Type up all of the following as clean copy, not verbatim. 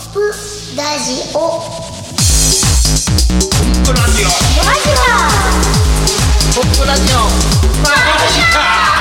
プラジオ。 ポップラジオ。 マジか。 ポップラジオ。マジか。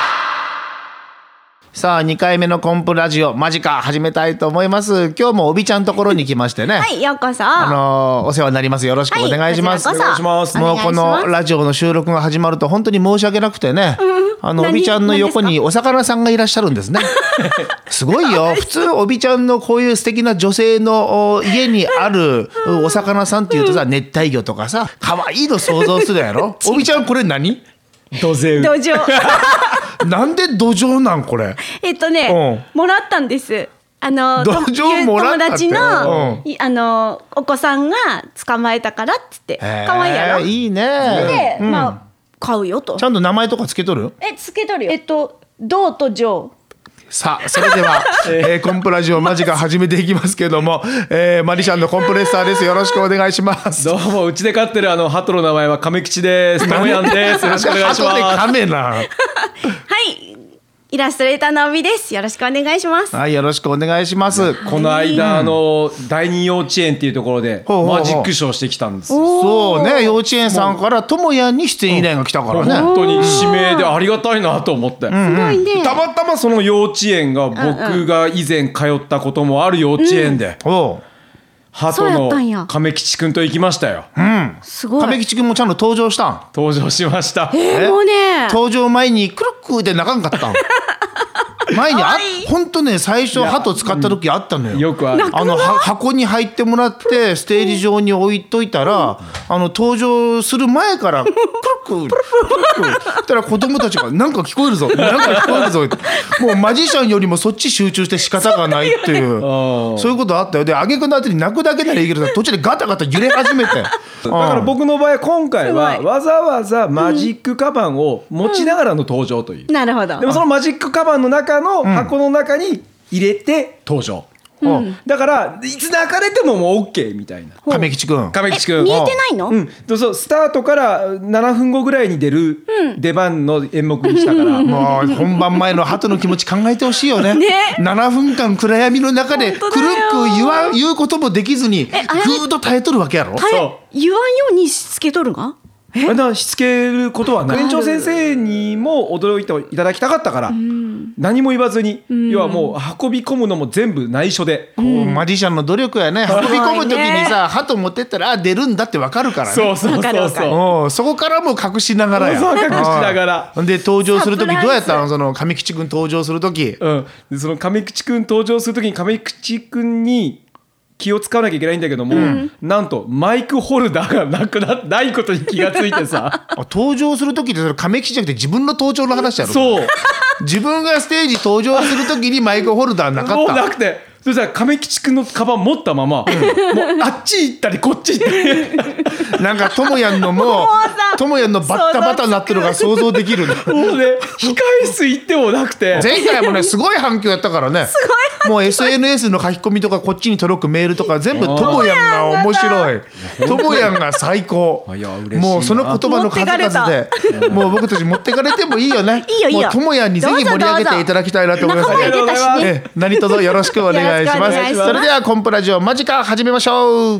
さあ2回目のコンプラジオマジか始めたいと思います。今日もおびちゃんのところに来ましてね。 はい、ようこそ。 お世話になります。よろしくお願いします。 はい、こちらこそお願いします。もうこお願いしますのラジオの収録が始まると本当に申し訳なくてね。おびちゃんの横にお魚さんがいらっしゃるんですね。すごいよ。普通おびちゃんのこういう素敵な女性の家にあるお魚さんっていうとさ、熱帯魚とかさ、可愛いの想像するやろ。おびちゃんこれ何？ 土ゼウ。 土壌。 なんで土壌なんこれ？ もらったんです。 土壌もらったって友達の、お子さんが捕まえたからっつって、可愛いやろ。 いいね。 で、まあ買うよと。 ちゃんと名前とかつけとる？ つけとるよ。銅とジさあそれでは、コンプラジオマジか始めていきますけども、マリシャンのコンプレッサーです。よろしくお願いします。 どうも、うちで飼ってる鳩の名前は亀吉です。ともやんです。よろしくお願いします。 鳩でカメな。 はい、イラストレーターの帯です。よろしくお願いします。 はい、よろしくお願いします。 この間第二幼稚園っていうところでマジックショーしてきたんですよ。 そうね、幼稚園さんからともやんに出演依頼が来たからね。 本当に指名でありがたいなと思って、 すごいね。 たまたまその幼稚園が僕が以前通ったこともある幼稚園で、鳩の亀吉くんと行きましたよ。 すごい。 亀吉くんもちゃんと登場したん？ 登場しました。 もうね、 登場前にクルックで泣かんかったん？前に本当ね、最初鳩使った時あったのよ。 よくある。 箱に入ってもらってステージ上に置いといたら、登場する前からクルックしたら子供たちがなんか聞こえるぞ、なんか聞こえるぞって、もうマジシャンよりもそっち集中して仕方がないっていうそういうことあったよ。で挙句のあたり泣くだけならいいけど途中でガタガタ揺れ始めてだから僕の場合今回はわざわざマジックカバンを持ちながらの登場という、 なるほど。 でもそのマジックカバンの中の箱の中に入れて登場、だからいつ泣かれてももう OK みたいな。 亀吉くん見えてないの？ そう、スタートから7分後ぐらいに出る出番の演目にしたからもう本番前の鳩の気持ち考えてほしいよね。7分間暗闇の中でくるっく言うこともできずにぐーっと耐えとるわけやろ。 言わんようにしつけとるが？ しつけることはない。園長先生にも驚いていただきたかったから何も言わずに、要はもう運び込むのも全部内緒で、 マジシャンの努力やね。運び込む時にさ、鳩持ってったら出るんだって分かるからね。 そうそこからも隠しながらや。 そう隠しながらで登場する時どうやったの？その亀吉くん登場する時、 でその亀吉くん登場する時に亀吉くんに気を使わなきゃいけないんだけども、なんとマイクホルダーがないことに気がついてさ登場する時ってそれ亀吉じゃなくて自分の登場の話やろ。 そう自分がステージ登場する時にマイクホルダーなかった。 もうなくて、そしたら亀吉くんのカバン持ったまま、もうあっち行ったりこっち行ったりなんかともやんのバッタバタになってるのが想像できるね。 もうね、控え室行ってもなくて、 前回もねすごい反響やったからね。もう SNS の書き込みとかこっちに届くメールとか全部ともやんが面白い、ともやんが最高。もうその言葉の数々でもう僕たち持ってかれてもいいよね。もうともやんにぜひ盛り上げていただきたいなと思います。何卒よろしくお願いします。それではコンプラジオマジか始めましょう。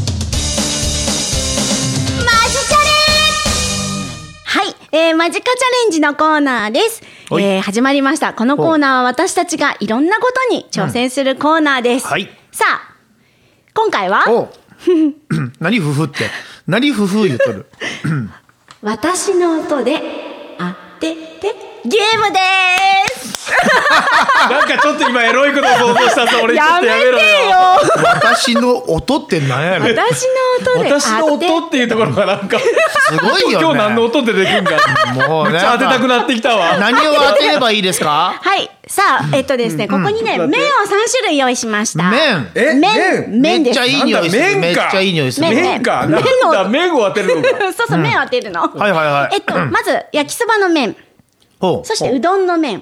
マジカチャレンジのコーナーです。始まりました。このコーナーは私たちがいろんなことに挑戦するコーナーです。さあ、今回は何ふふって何ふふ言うとる私の音で当ててゲームですなんかちょっと今エロいことを想像したぞ。俺ちょっとやめろよ。 私の音って何やねん。 私の音で私の音っていうところがなんかすごいよね。 今日何の音でできるんかもうめっちゃ当てたくなってきたわ。 何を当てればいいですか？ はい、さあですね、ここにね麺を3種類用意しました。 麺麺です。 めっちゃいい匂いする。めっちゃいい匂いする。 麺か。なんだ麺を当てるのか。 そう麺を当てるの。 はいはいはい。 まず焼きそばの麺、そしてうどんの麺、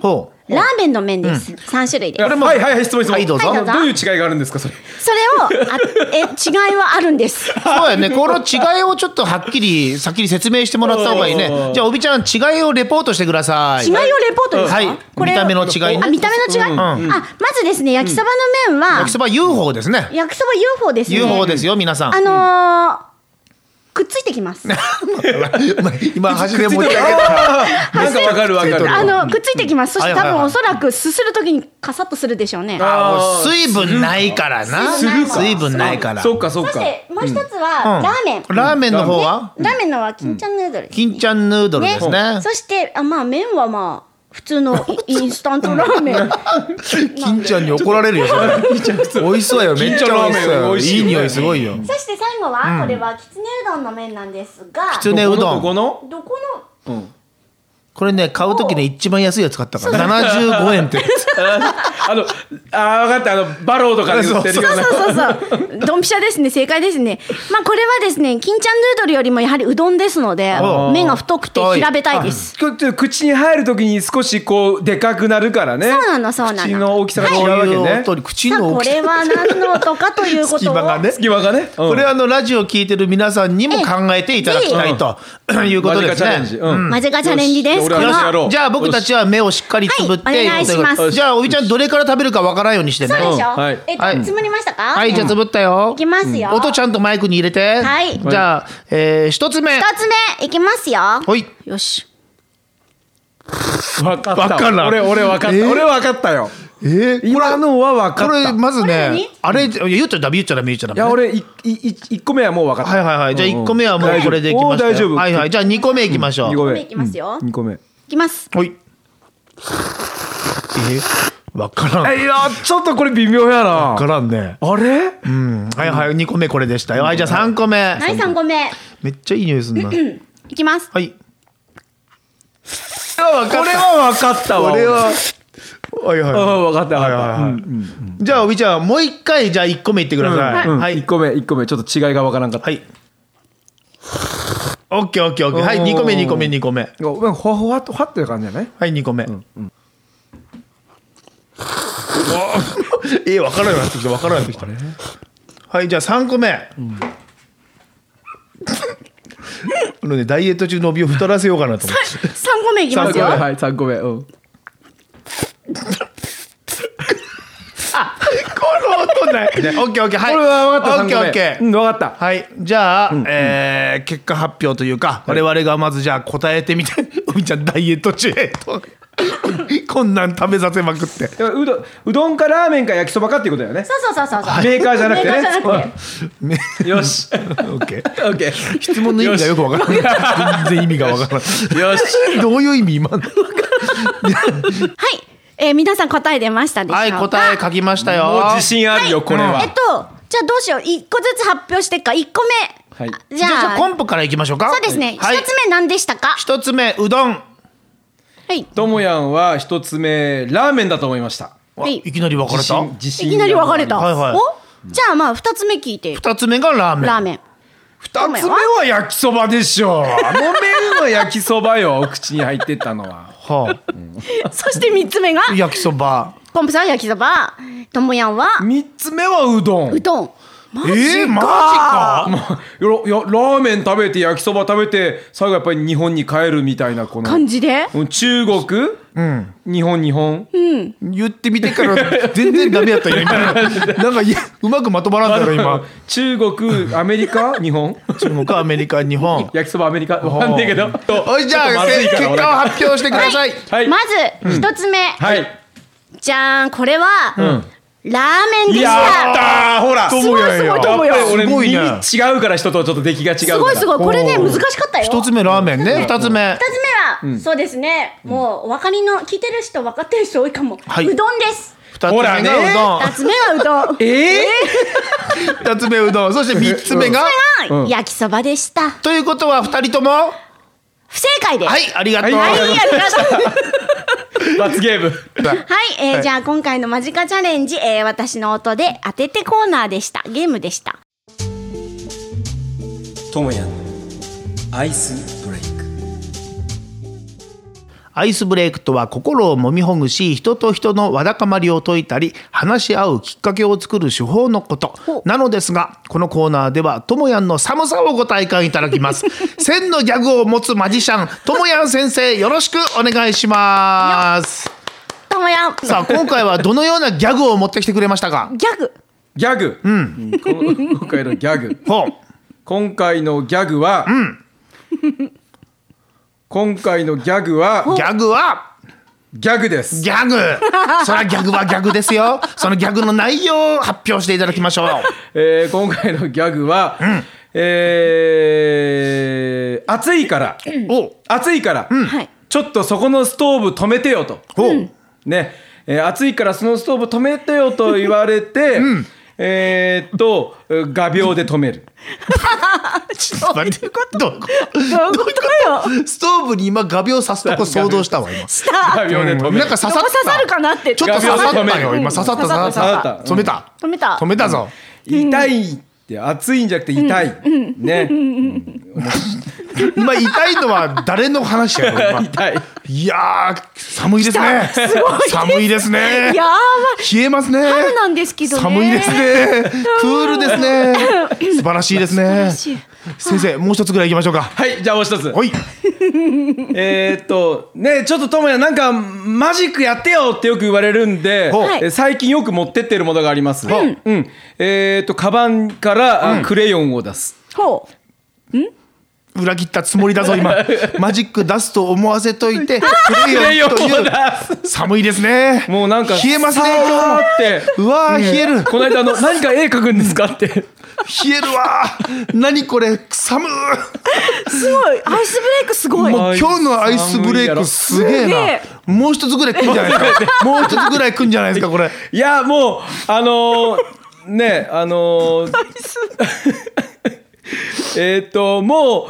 ラーメンの麺です。3種類です。 はい質問はいどうぞ。 どういう違いがあるんですかそれ。 それを違いはあるんです。 そうやね。この違いをちょっとはっきり説明してもらった方がいいね。じゃあおびちゃん違いをレポートしてください。 違いをレポートですか？ はい。見た目の違いね。 見た目の違い。まずですね、焼きそばの麺は焼きそば UFO ですね。 焼きそば UFO ですね。 UFO ですよ皆さん。 くっついてきます。 今端で持ち上げたらなんかわかるくっついてきます。そして多分おそらくすするときにカサッとするでしょうね。 水分ないからな。水分ないから。 そうか。 そしてもう一つはラーメン。 ラーメンの方は？ ラーメンのは金ちゃんヌードル。 金ちゃんヌードルですね。 そして麺は普通のインスタントラーメン。 金ちゃんに怒られるよ。美味しそうよ。めっちゃ美味しそうよ。いい匂いすごいよ。 そして最後はこれはきつねうどんの麺なんですが。 きつねうどん。 どこの？ これね買うときね一番安いやつ買ったから75円って分かったバローとかで売ってるようなそうドンピシャですね。正解ですね。これはですね金ちゃんヌードルよりもやはりうどんですので麺が太くて平べたいです。 口に入るときに少しこうでかくなるからね。 そうなの口の大きさが違うわけね。 口の大きさ。 これは何の音かということを隙間がねこれラジオ聞いてる皆さんにも考えていただきたいということですね。 マジカチャレンジです。 じゃあ僕たちは目をしっかりつぶって、 お願いします。 じゃあおびちゃんどれから食べるかわからんようにしてね。 そうでしょ。つぶりましたか？ はい、じゃあつぶったよ。 いきますよ。 音ちゃんとマイクに入れて。 はい。 じゃあ一つ目いきますよ。 はい。 よし。 わかった。俺わかった。俺わかったよ。今のはわかった。 これまずねあれ言っちゃダメ。いや俺1個目はもうわかった。 はい。じゃあ1個目はもうこれでいきましたよ。 大丈夫。 はい。じゃあ2個目いきましょう。 2個目いきますよ。 2個目。 いきます。 はい。わからん。 いやちょっとこれ微妙やな。 わからんね。 あれ？ はい2個目これでしたよ。はいじゃあ3個目。 はい3個目。 めっちゃいい匂いするな。 いきます。 はい。 これはわかったわ。 これはわかった。 じゃあおびちゃんもう一回じゃあ1個目いってください。 はい1個目ちょっと違いがわからんかった。 はい。オッケー。はい2個目。 ほわっという感じじゃない？ はい2個目。わからんようになってきた。はいじゃあ3個目。ダイエット中の帯を太らせようかなと思って。 3個目いきますよ。 はい3個目。 この音ない。オッケー。はい。 これは分かった。 オッケー。 分かった。 はい。じゃあ結果発表というか我々がまずじゃあ答えてみて。おみちゃんダイエット中と。こんなん食べさせまくって。 うどんかラーメンか焼きそばかっていうことだよね。 そうメーカーじゃなくてね。よし。 オッケー。質問の意味がよくわからない。全然意味がわからない。 よし。 どういう意味今の？はい。 皆さん答え出ましたでしょうか？ はい答え書きましたよ。 もう自信あるよこれは。 じゃあどうしよう。1個ずつ発表してっか。1個目。 じゃあコンプからいきましょうか。 そうですね。1つ目何でしたか ？1つ目うどん。 はい。 ともやんは1つ目ラーメンだと思いました。 いきなり分かれた。 いきなり分かれた。 はい。 じゃあ2つ目聞いて。 2つ目がラーメン。 2つ目は焼きそばでしょ。あの麺は焼きそばよ。口に入ってったのは。 そして3つ目が焼きそば。 ポンプさんは焼きそば。ともやんは 3つ目はうどん。 マジか。 ラーメン食べて焼きそば食べて最後やっぱり日本に帰るみたいなこの感じで中国、日本、 言ってみてから全然ダメやったよ今。なんかうまくまとまらんだろ今。 中国アメリカ日本中国アメリカ日本焼きそばアメリカわかんねえけど。 おいじゃあ結果を発表してください。 まず1つ目。じゃんこれはラーメンでした。 やったー。ほらすごい俺耳違うから人とちょっと出来が違うから。 すごいこれね難しかったよ。 1つ目ラーメンね。2つ目はそうですね。もうお分かりの聞いてる人分かってる人多いかも。うどんです。 2つ目がうどん。 2つ目はうどん。 2つ目うどん。そして3つ目が焼きそばでした。 ということは2人とも不正解です。 はいありがとう。 罰ゲーム。 はい、じゃあ今回のマジカチャレンジ、私の音で当ててコーナーでした。ゲームでした。 ともやんアイスブレイク。 アイスブレイクとは心をもみほぐし、人と人のわだかまりを解いたり話し合うきっかけを作る手法のことなのですが、このコーナーではともやんの寒さをご体感いただきます1000のギャグを持つマジシャンともやん先生、よろしくお願いします。 ともやん、 さあ今回はどのようなギャグを持ってきてくれましたか？ ギャグ、 今回のギャグ今回のギャグは、今回のギャグはギャグです。 ギャグそりゃギャグはギャグですよ。そのギャグの内容を発表していただきましょう。 今回のギャグは、暑いから、ちょっとそこのストーブ止めてよと、ね、暑いからそのストーブ止めてよと言われて、画鋲で止める。 ちょっと待って、どういうことよ。 ストーブに今画鋲刺すとこ想像したわ今。 画鋲で止める。 なんか刺さった。 刺さるかなって。 ちょっと刺さったよ今。刺さった。止めたぞ。 痛いって暑いんじゃなくて痛い。ね。 今痛いのは誰の話やろ今。 痛い。 いやー寒いですね。寒いですね。 やばい。 冷えますね。 春なんですけどね。 寒いですね。クールですね。素晴らしいですね。先生もう一つぐらい行きましょうか。 はい、じゃあもう一つ。 はい。 ね、ちょっとともやなんかマジックやってよってよく言われるんで、最近よく持ってってるものがあります。カバンからクレヨンを出す。 裏切ったつもりだぞ今。マジック出すと思わせといてクレヨンという。寒いですね。 もうなんか冷えますね今日。うわー冷える。 この間何か絵描くんですかって。 冷えるわ。何これ寒い。 すごいアイスブレイクすごい。 もう今日のアイスブレイクすげえな。もう一つぐらい来んじゃないですか。もう一つぐらい来んじゃないですかこれ。 いやもうねもう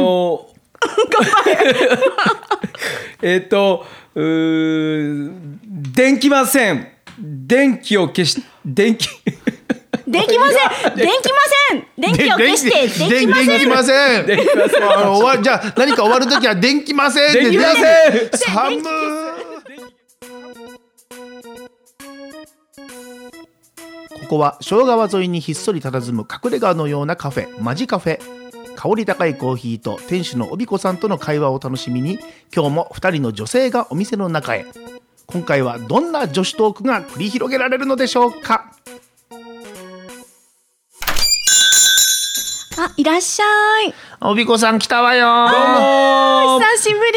電気ません。電気を消し電気できません。電気を消してできません。 じゃあ何か終わるときは電気ません。 電気ません。 寒い。ここは小川沿いにひっそり佇む隠れ家のようなカフェ、マジカフェ。香り高いコーヒーと店主の帯子さんとの会話を楽しみに、今日も2人の女性がお店の中へ。今回はどんな女子トークが繰り広げられるのでしょうか。 あ、いらっしゃい。 帯子さん来たわよ。 どうも久しぶりです。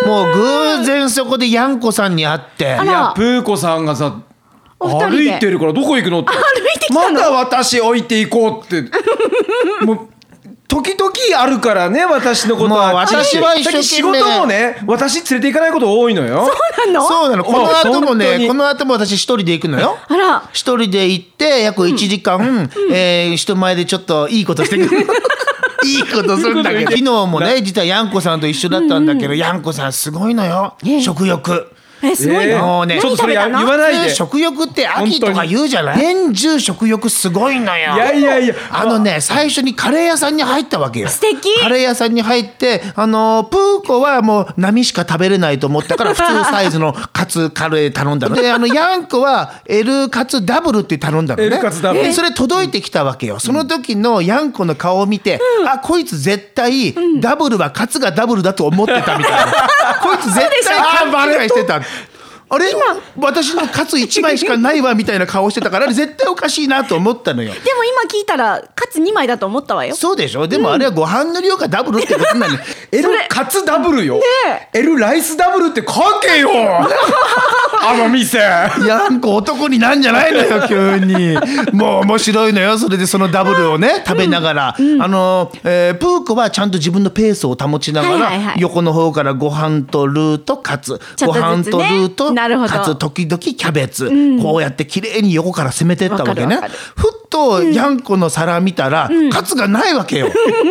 もう偶然そこでヤンコさんに会って。 いやプーコさんがさ歩いてるからどこ行くのって。 歩いてきたの。 まだ私置いていこうって。もう時々あるからね私のことは。 私は一生懸命仕事もね私連れて行かないこと多いのよ。 そうなの。この後もね、この後も私一人で行くのよ。 あら。 一人で行って約1時間、人前でちょっといいことしてくる。いいことするんだけど、昨日もね実はヤンコさんと一緒だったんだけど、ヤンコさんすごいのよ、食欲。 すごいな。 もうね、 ちょっとそれ言わないで。 食欲って秋とか言うじゃない。年中食欲すごいのよ。 いや最初にカレー屋さんに入ったわけよ。 素敵。 カレー屋さんに入ってプーコはもう並しか食べれないと思ったから普通サイズのカツカレー頼んだので、ヤンコは L カツダブルって頼んだのね。 L カツダブル。 それ届いてきたわけよ。その時のヤンコの顔を見て、あ、こいつ絶対ダブルはカツがダブルだと思ってたみたいな。こいつ絶対勘違いしてた。あれ私のカツ1枚しかないわみたいな顔してたから、あれ絶対おかしいなと思ったのよ。 でも今聞いたらカツ2枚だと思ったわよ。 そうでしょ。でもあれはご飯の量がダブルってことなんで。 L カツダブルよ。L ライスダブルって書けよ。あの店。 ヤンコ男になんじゃないのよ急に。もう面白いのよ。それでそのダブルをね食べながら、プーコはちゃんと自分のペースを保ちながら、横の方からご飯とルーとカツ、ご飯とルーとカツ、時々キャベツ、こうやって綺麗に横から攻めてったわけね。ふっとヤンコの皿見たら、カツがないわけよ。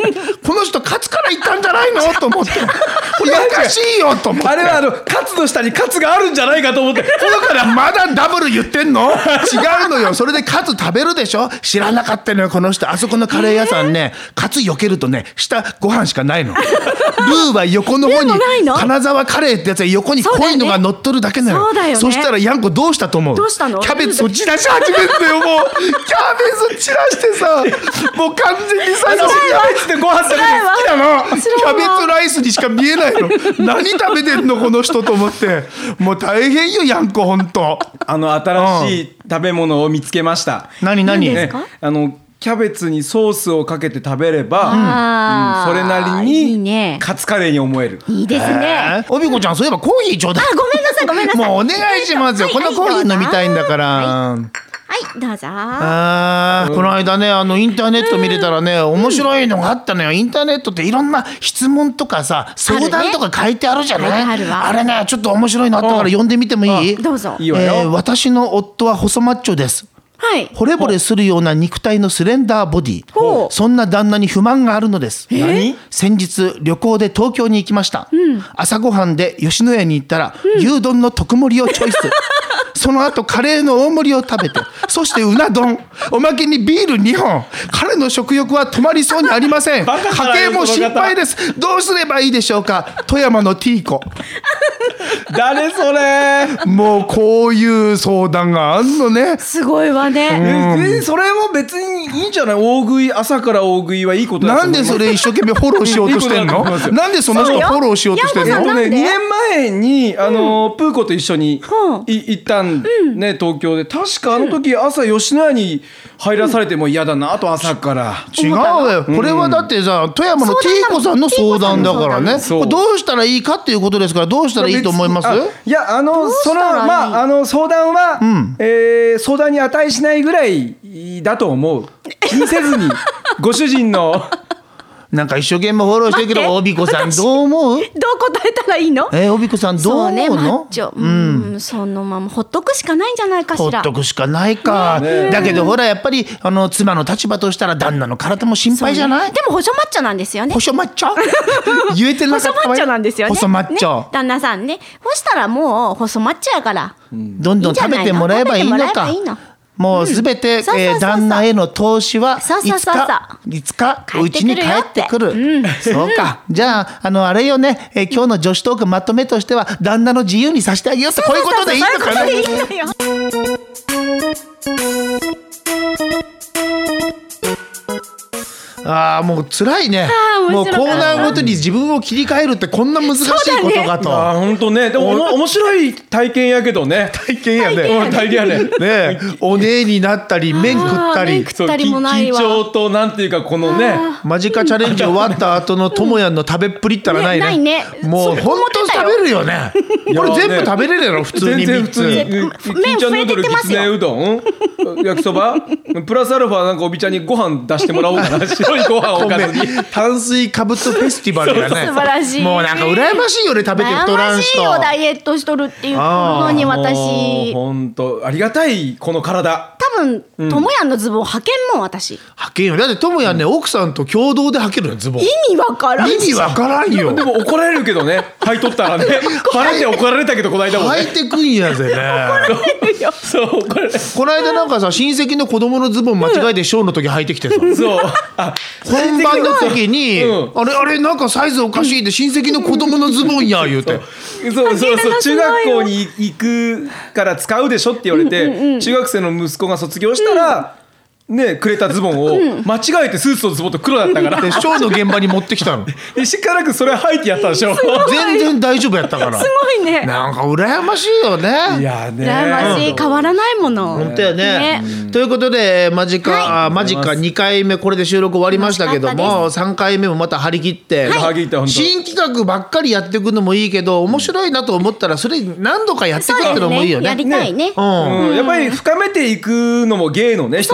この人カツから行ったんじゃないのと思ってこれおかしいよと思って。 あれはカツの下にカツがあるんじゃないかと思ってだからまだダブル言ってんの違うのよ。それでカツ食べるでしょ。知らなかったのよこの人。あそこのカレー屋さんね、カツ避けるとね下ご飯しかないの。ルーは横の方に金沢カレーってやつは横に濃いのが乗っとるだけなのよ。 そしたらヤンコどうしたと思う？ どうしたの？ キャベツを散らし始めるのよ。もうキャベツ散らしてさ、もう完全にさ、キャベツでご飯食べるの好きなの。キャベツライスにしか見えないの。何食べてんのこの人と思って。もう大変よヤンコほんと。 新しい食べ物を見つけました。 何ね、キャベツにソースをかけて食べれば、それなりにカツカレーに思える。 いいですね。 おびこちゃんそういえばコーヒーちょうだい。 ごめんなさいごめんなさい。 もうお願いしますよ。このコーヒー飲みたいんだから。 はいどうぞ。 この間ねインターネット見れたらね、面白いのがあったのよ。インターネットっていろんな質問とかさ相談とか書いてあるじゃない。あれねちょっと面白いのあったから読んでみてもいい？ どうぞ。 私の夫は細マッチョです。 はい、 惚れ惚れするような肉体のスレンダーボディ。そんな旦那に不満があるのです。先日旅行で東京に行きました、朝ごはんで吉野家に行ったら、牛丼の特盛りをチョイスその後カレーの大盛りを食べて、そしてうな丼、おまけにビール2本。彼の食欲は止まりそうにありません。家計も心配です。どうすればいいでしょうか。富山のティーコ。 誰それ。 もうこういう相談があんのね。 すごいわね。 それも別にいいんじゃない？大食い、朝から大食いはいいことだと思います。 なんでそれ一生懸命フォローしようとしてんの？なんでその人フォローしようとしてんの ？2年前にプーコと一緒に行ったんね、東京で。確かあの時朝吉野家に入らされても嫌だなと朝から。 違うよ。これはだってさ富山のティーコさんの相談だからね。どうしたらいいかっていうことですから、どうしたらいいと思います？ いや相談は、相談に値しないぐらいだと思う。気にせずにご主人のなんか一生懸命フォローしてるけど、おびこさんどう思う？ どう答えたらいいの？ おびこさんどう思うの？ そうね、マッチョ。そのままほっとくしかないんじゃないかしら。 ほっとくしかないか。だけどほらやっぱり妻の立場としたら旦那の体も心配じゃない？ でも細マッチョなんですよね。 細マッチョ？言えてなかったわよ。 細マッチョなんですよね。 細マッチョ。 旦那さんね。そしたらもう細マッチョやから。 どんどん食べてもらえばいいのか。もうすべて旦那への投資はいつかうちに帰ってくる。そうか。じゃああれよね、今日の女子トークまとめとしては旦那の自由にさせてあげようって、こういうことでいいのかな。もう辛いね。もうコーナーごとに自分を切り替えるってこんな難しいことかと。 本当ね。でも面白い体験やけどね。 体験やね。 体験やね。 ね、おねえになったり麺食ったり。 緊張となんていうかこのね。 マジカチャレンジ終わった後のともやんの食べっぷりったらないね。もう本当食べるよね。これ全部食べれるやろ普通に3つ。 金ちゃんヌードル、きつねうどん、焼きそば、プラスアルファなんかおびちゃんにご飯出してもらおうかな。白いご飯をおかずに。 炭水化物フェスティバルやね。 素晴らしい。 もうなんか羨ましいよね、食べて太らん人。 羨ましいよ、ダイエットしとるっていうのに私。 本当ありがたいこの体。 多分ともやんのズボン履けんもん私。 履けんよ。だってともやんね、奥さんと共同で履けるよズボン。 意味わからん。 意味わからんよ。 でも怒られるけどね。履いとったらね。晴れて怒られたけどこの間もね。 履いてくんやぜね。怒られるよ。 そう怒られる。 この間なんかさ、親戚の子供のズボン間違えてショーの時履いてきてさ。 そう。 本番の時にあれなんかサイズおかしいって親戚の子供のズボンや言うて。 そう中学校に行くから使うでしょって言われて、中学生の息子が卒業したらねくれたズボンを間違えてスーツとズボンと黒だったからでショーの現場に持ってきたの。 でしかなくそれ履いてやったでしょ。 全然大丈夫やったから。 すごいね。 なんか羨ましいよね。 いやね、 羨ましい。変わらないもの。 本当やね。ということでマジカ2回目これで収録終わりましたけども、3回目もまた張り切って新企画ばっかりやっていくのもいいけど、面白いなと思ったらそれ何度かやっていくってのもいいよね。 やりたいね。 やっぱり深めていくのも芸のね一つやから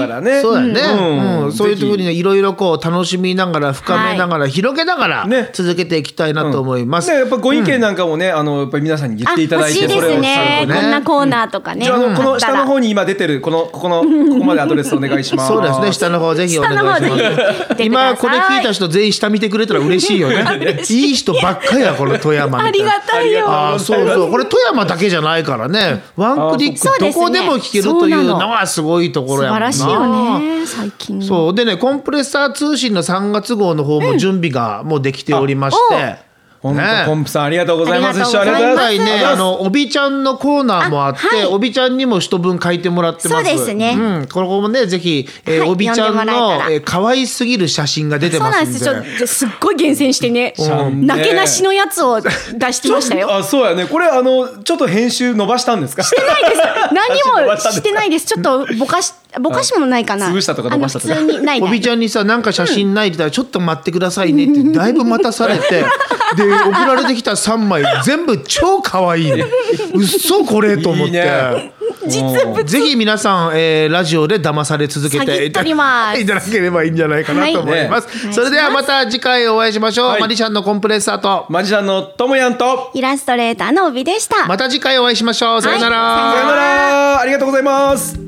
からね。 そうだね。そういうふうにね、いろいろこう楽しみながら深めながら広げながら続けていきたいなと思います。 やっぱご意見なんかもね、やっぱり皆さんに言っていただいて、 欲しいですね。こんなコーナーとかね。 じゃあこの下の方に今出てるここまでアドレスお願いします。 そうですね。下の方ぜひお願いします。今これ聞いた人全員下見てくれたら嬉しいよね。いい人ばっかりやこの富山。 ありがたいよ。 そうそう。これ富山だけじゃないからね。ワンクリックどこでも聞けるというのはすごいところやもんな。 素晴らしいよね。最近。 そうでね、コンプレッサー通信の3月号の方も準備がもうできておりまして。 本当コンプさんありがとうございます。 今回ね、おびちゃんのコーナーもあって、おびちゃんにも一文書いてもらってます。 そうですね。 これもね、ぜひおびちゃんの可愛すぎる写真が出てますんで。 そうなんですよ。すっごい厳選してね、なけなしのやつを出してましたよ。 あ、そうやね。これちょっと編集伸ばしたんですか？ してないです。何もしてないです。ちょっとぼかしもないかな。 潰したとか伸ばしたとか。 普通にない。 おびちゃんにさ、なんか写真ないって言ったらちょっと待ってくださいねってだいぶ待たされて。で送られてきた3枚全部超可愛いね。うっそこれと思って。ぜひ皆さん、ラジオで騙され続けていただければいいんじゃないかなと思います。それではまた次回お会いしましょう。マジシャンのコンプレッサーとマジシャンのともやんとイラストレーターの帯でした。 また次回お会いしましょう。さよなら。 さよなら。ありがとうございます。